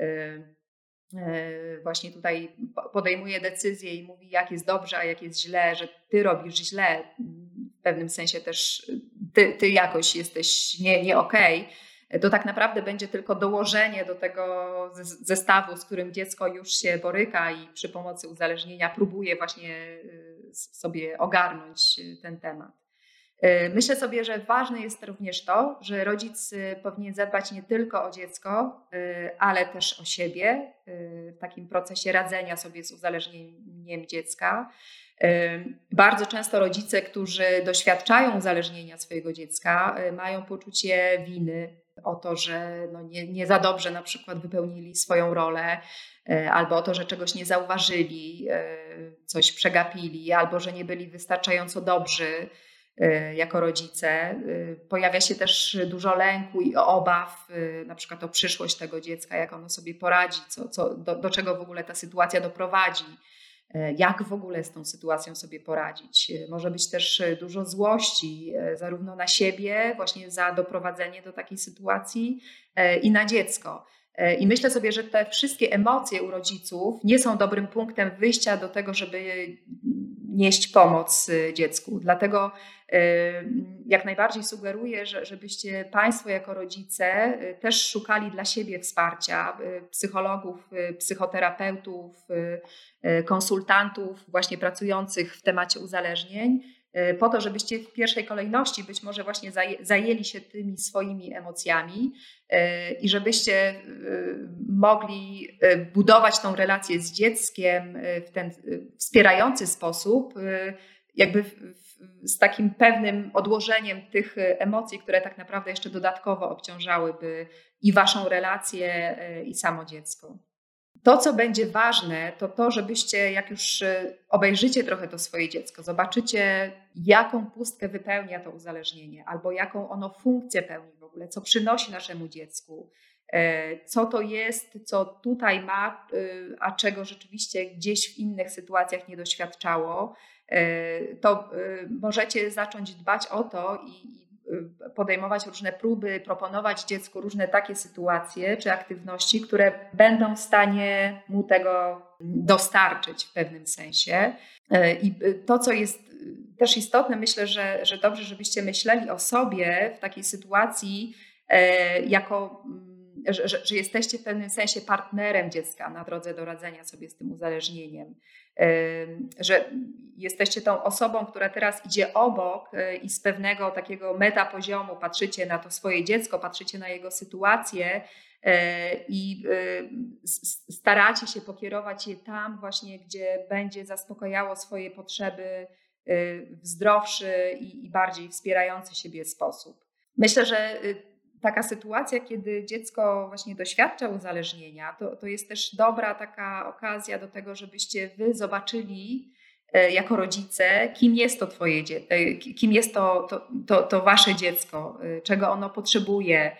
właśnie tutaj podejmuje decyzje i mówi, jak jest dobrze, a jak jest źle, że ty robisz źle, w pewnym sensie też ty jakoś jesteś nie okej, to tak naprawdę będzie tylko dołożenie do tego zestawu, z którym dziecko już się boryka i przy pomocy uzależnienia próbuje właśnie sobie ogarnąć ten temat. Myślę sobie, że ważne jest również to, że rodzic powinien zadbać nie tylko o dziecko, ale też o siebie w takim procesie radzenia sobie z uzależnieniem dziecka. Bardzo często rodzice, którzy doświadczają uzależnienia swojego dziecka, mają poczucie winy o to, że nie za dobrze na przykład wypełnili swoją rolę, albo o to, że czegoś nie zauważyli, coś przegapili, albo że nie byli wystarczająco dobrzy jako rodzice. Pojawia się też dużo lęku i obaw, na przykład o przyszłość tego dziecka, jak ono sobie poradzi, do czego w ogóle ta sytuacja doprowadzi, jak w ogóle z tą sytuacją sobie poradzić. Może być też dużo złości, zarówno na siebie, właśnie za doprowadzenie do takiej sytuacji, i na dziecko. I myślę sobie, że te wszystkie emocje u rodziców nie są dobrym punktem wyjścia do tego, żeby nieść pomoc dziecku. Dlatego jak najbardziej sugeruję, żebyście Państwo jako rodzice też szukali dla siebie wsparcia psychologów, psychoterapeutów, konsultantów właśnie pracujących w temacie uzależnień, po to, żebyście w pierwszej kolejności być może właśnie zajęli się tymi swoimi emocjami i żebyście mogli budować tą relację z dzieckiem w ten wspierający sposób, jakby z takim pewnym odłożeniem tych emocji, które tak naprawdę jeszcze dodatkowo obciążałyby i waszą relację, i samo dziecko. To, co będzie ważne, to żebyście, jak już obejrzycie trochę to swoje dziecko, zobaczycie, jaką pustkę wypełnia to uzależnienie, albo jaką ono funkcję pełni w ogóle, co przynosi naszemu dziecku, co to jest, co tutaj ma, a czego rzeczywiście gdzieś w innych sytuacjach nie doświadczało, to możecie zacząć dbać o to i podejmować różne próby, proponować dziecku różne takie sytuacje czy aktywności, które będą w stanie mu tego dostarczyć w pewnym sensie. I to, co jest też istotne, myślę, że dobrze, żebyście myśleli o sobie w takiej sytuacji jako, że jesteście w pewnym sensie partnerem dziecka na drodze do radzenia sobie z tym uzależnieniem. Że jesteście tą osobą, która teraz idzie obok i z pewnego takiego metapoziomu patrzycie na to swoje dziecko, patrzycie na jego sytuację i staracie się pokierować je tam właśnie, gdzie będzie zaspokajało swoje potrzeby w zdrowszy i bardziej wspierający siebie sposób. Myślę, że taka sytuacja, kiedy dziecko właśnie doświadcza uzależnienia, to jest też dobra taka okazja do tego, żebyście wy zobaczyli jako rodzice, kim jest to twoje dziecko, kim jest to wasze dziecko, czego ono potrzebuje,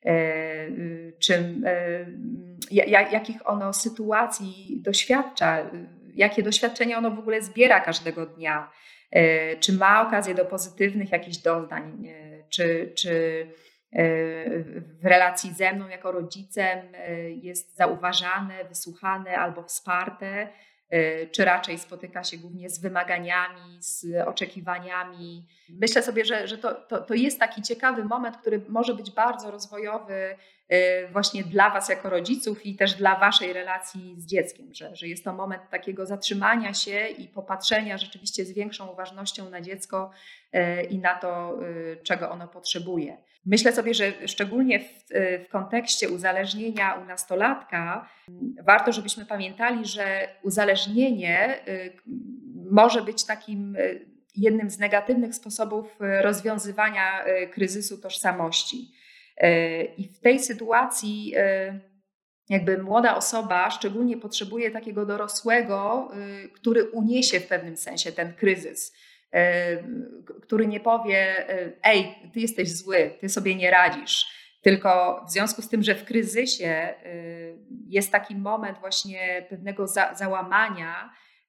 jakich ono sytuacji doświadcza, jakie doświadczenia ono w ogóle zbiera każdego dnia, czy ma okazję do pozytywnych jakichś doznań, czy w relacji ze mną jako rodzicem jest zauważane, wysłuchane albo wsparte, czy raczej spotyka się głównie z wymaganiami, z oczekiwaniami. Myślę sobie, że to jest taki ciekawy moment, który może być bardzo rozwojowy właśnie dla was jako rodziców i też dla waszej relacji z dzieckiem, że jest to moment takiego zatrzymania się i popatrzenia rzeczywiście z większą uważnością na dziecko i na to, czego ono potrzebuje. Myślę sobie, że szczególnie w kontekście uzależnienia u nastolatka warto, żebyśmy pamiętali, że uzależnienie może być takim jednym z negatywnych sposobów rozwiązywania kryzysu tożsamości. I w tej sytuacji jakby młoda osoba szczególnie potrzebuje takiego dorosłego, który uniesie w pewnym sensie ten kryzys, który nie powie: ej, ty jesteś zły, ty sobie nie radzisz. Tylko w związku z tym, że w kryzysie jest taki moment właśnie pewnego załamania,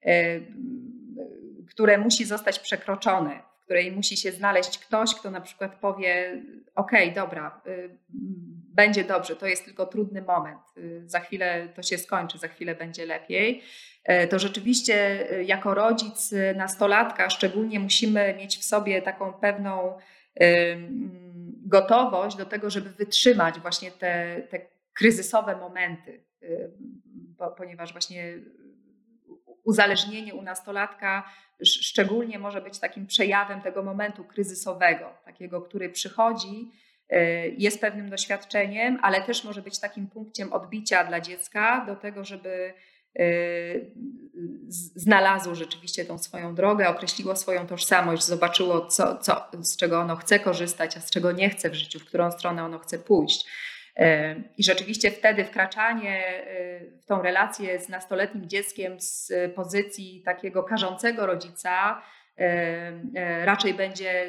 które musi zostać przekroczone, w której musi się znaleźć ktoś, kto na przykład powie: okej, dobra, będzie dobrze, to jest tylko trudny moment, za chwilę to się skończy, za chwilę będzie lepiej. To rzeczywiście jako rodzic nastolatka szczególnie musimy mieć w sobie taką pewną gotowość do tego, żeby wytrzymać właśnie te kryzysowe momenty, ponieważ właśnie uzależnienie u nastolatka szczególnie może być takim przejawem tego momentu kryzysowego, takiego, który przychodzi, jest pewnym doświadczeniem, ale też może być takim punktem odbicia dla dziecka do tego, żeby znalazło rzeczywiście tą swoją drogę, określiło swoją tożsamość, zobaczyło, z czego ono chce korzystać, a z czego nie chce w życiu, w którą stronę ono chce pójść. I rzeczywiście wtedy wkraczanie w tą relację z nastoletnim dzieckiem z pozycji takiego karzącego rodzica raczej będzie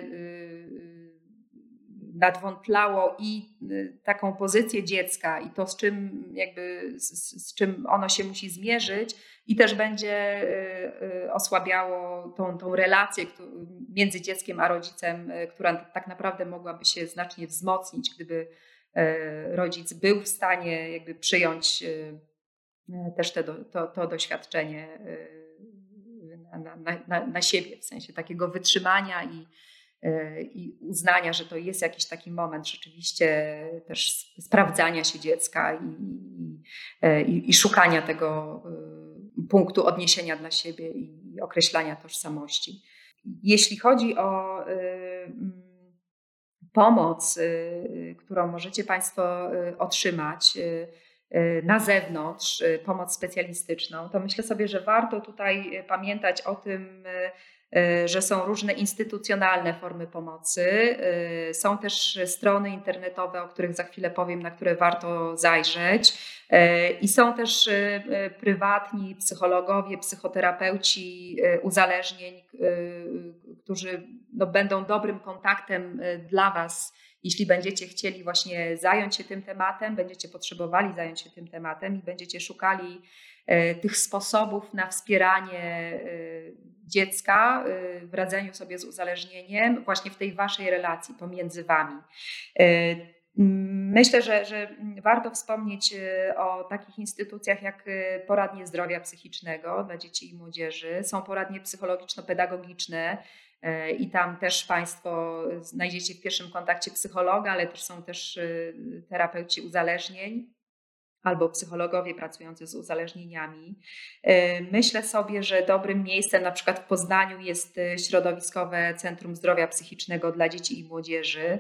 nadwątlało i taką pozycję dziecka i to, z czym ono się musi zmierzyć, i też będzie osłabiało tą relację między dzieckiem a rodzicem, która tak naprawdę mogłaby się znacznie wzmocnić, gdyby rodzic był w stanie jakby przyjąć też to doświadczenie na siebie, w sensie takiego wytrzymania i uznania, że to jest jakiś taki moment rzeczywiście też sprawdzania się dziecka i szukania tego punktu odniesienia dla siebie i określania tożsamości. Jeśli chodzi o pomoc, którą możecie Państwo otrzymać na zewnątrz, pomoc specjalistyczną, to myślę sobie, że warto tutaj pamiętać o tym, że są różne instytucjonalne formy pomocy. Są też strony internetowe, o których za chwilę powiem, na które warto zajrzeć. I są też prywatni psychologowie, psychoterapeuci uzależnień, którzy będą dobrym kontaktem dla Was, jeśli będziecie chcieli właśnie zająć się tym tematem, będziecie potrzebowali zająć się tym tematem i będziecie szukali tych sposobów na wspieranie dziecka w radzeniu sobie z uzależnieniem właśnie w tej Waszej relacji pomiędzy Wami. Myślę, że warto wspomnieć o takich instytucjach jak poradnie zdrowia psychicznego dla dzieci i młodzieży. Są poradnie psychologiczno-pedagogiczne i tam też Państwo znajdziecie w pierwszym kontakcie psychologa, ale też są też terapeuci uzależnień albo psychologowie pracujący z uzależnieniami. Myślę sobie, że dobrym miejscem na przykład w Poznaniu jest Środowiskowe Centrum Zdrowia Psychicznego dla Dzieci i Młodzieży.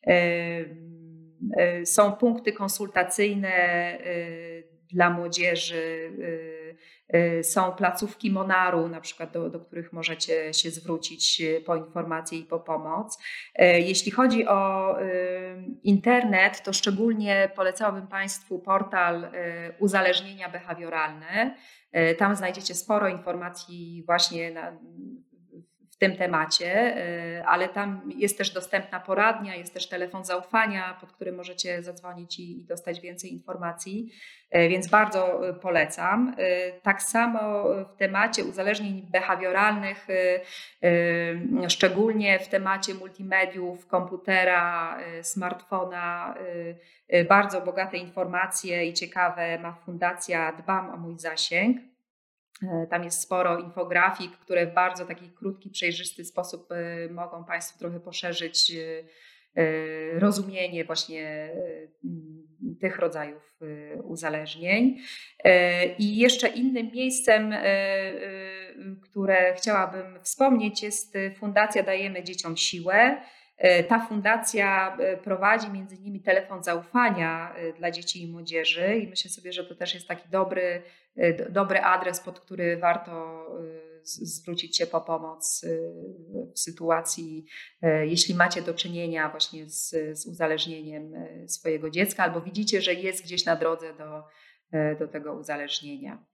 Są punkty konsultacyjne dla młodzieży, są placówki Monaru, na przykład do których możecie się zwrócić po informacje i po pomoc. Jeśli chodzi o internet, to szczególnie polecałabym Państwu portal Uzależnienia Behawioralne. Tam znajdziecie sporo informacji właśnie w tym temacie, ale tam jest też dostępna poradnia, jest też telefon zaufania, pod który możecie zadzwonić i dostać więcej informacji, więc bardzo polecam. Tak samo w temacie uzależnień behawioralnych, szczególnie w temacie multimediów, komputera, smartfona, bardzo bogate informacje i ciekawe ma Fundacja Dbam o mój zasięg. Tam jest sporo infografik, które w bardzo taki krótki, przejrzysty sposób mogą Państwu trochę poszerzyć rozumienie właśnie tych rodzajów uzależnień. I jeszcze innym miejscem, które chciałabym wspomnieć, jest Fundacja Dajemy Dzieciom Siłę. Ta fundacja prowadzi między innymi telefon zaufania dla dzieci i młodzieży i myślę sobie, że to też jest taki dobry adres, pod który warto zwrócić się po pomoc w sytuacji, jeśli macie do czynienia właśnie z uzależnieniem swojego dziecka albo widzicie, że jest gdzieś na drodze do tego uzależnienia.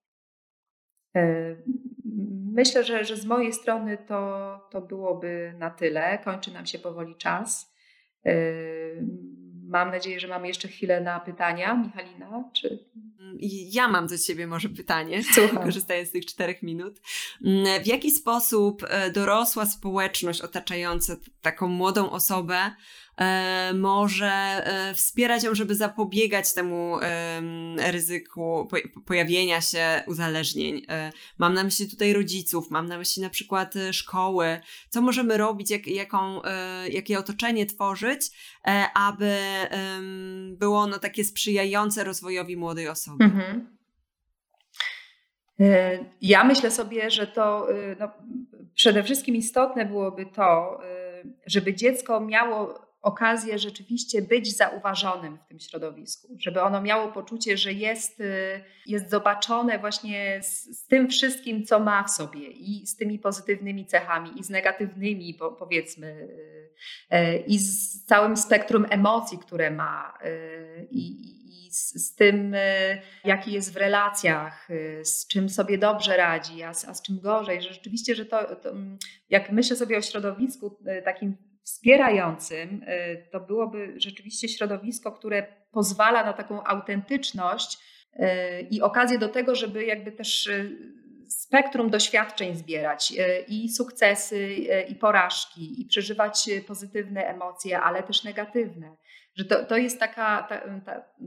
Myślę, że z mojej strony to byłoby na tyle. Kończy nam się powoli czas. Mam nadzieję, że mamy jeszcze chwilę na pytania. Michalina, czy... Ja mam do Ciebie może pytanie, korzystając z tych 4 minut. W jaki sposób dorosła społeczność otaczająca taką młodą osobę może wspierać ją, żeby zapobiegać temu ryzyku pojawienia się uzależnień? Mam na myśli tutaj rodziców, mam na myśli na przykład szkoły. Co możemy robić, jakie otoczenie tworzyć, aby było ono takie sprzyjające rozwojowi młodej osoby? Mhm. Ja myślę sobie, że to przede wszystkim istotne byłoby to, żeby dziecko miało okazję rzeczywiście być zauważonym w tym środowisku, żeby ono miało poczucie, że jest zobaczone właśnie z tym wszystkim, co ma w sobie i z tymi pozytywnymi cechami i z negatywnymi, powiedzmy, i z całym spektrum emocji, które ma i z tym, jaki jest w relacjach, z czym sobie dobrze radzi, a z czym gorzej, że rzeczywiście, że to jak myślę sobie o środowisku takim wspierającym, to byłoby rzeczywiście środowisko, które pozwala na taką autentyczność i okazję do tego, żeby jakby też spektrum doświadczeń zbierać i sukcesy, i porażki, i przeżywać pozytywne emocje, ale też negatywne. Że to jest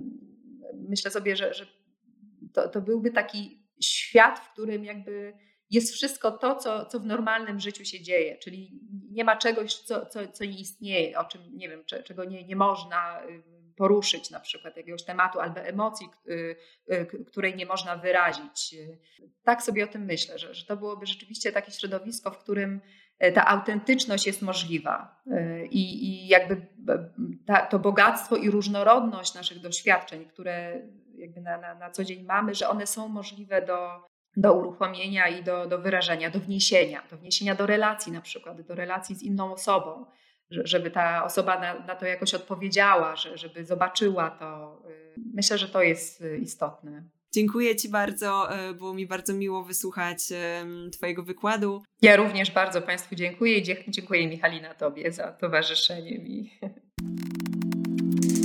myślę sobie, że to byłby taki świat, w którym jakby jest wszystko to, co w normalnym życiu się dzieje, czyli nie ma czegoś, co nie istnieje, o czym nie wiem, czego nie można poruszyć, na przykład jakiegoś tematu albo emocji, której nie można wyrazić. Tak sobie o tym myślę, że to byłoby rzeczywiście takie środowisko, w którym ta autentyczność jest możliwa i jakby to bogactwo i różnorodność naszych doświadczeń, które jakby na co dzień mamy, że one są możliwe do uruchomienia i do wyrażenia, do wniesienia do relacji na przykład, do relacji z inną osobą, żeby ta osoba na to jakoś odpowiedziała, żeby zobaczyła to. Myślę, że to jest istotne. Dziękuję Ci bardzo, było mi bardzo miło wysłuchać Twojego wykładu. Ja również bardzo Państwu dziękuję i dziękuję Michalina Tobie za towarzyszenie mi.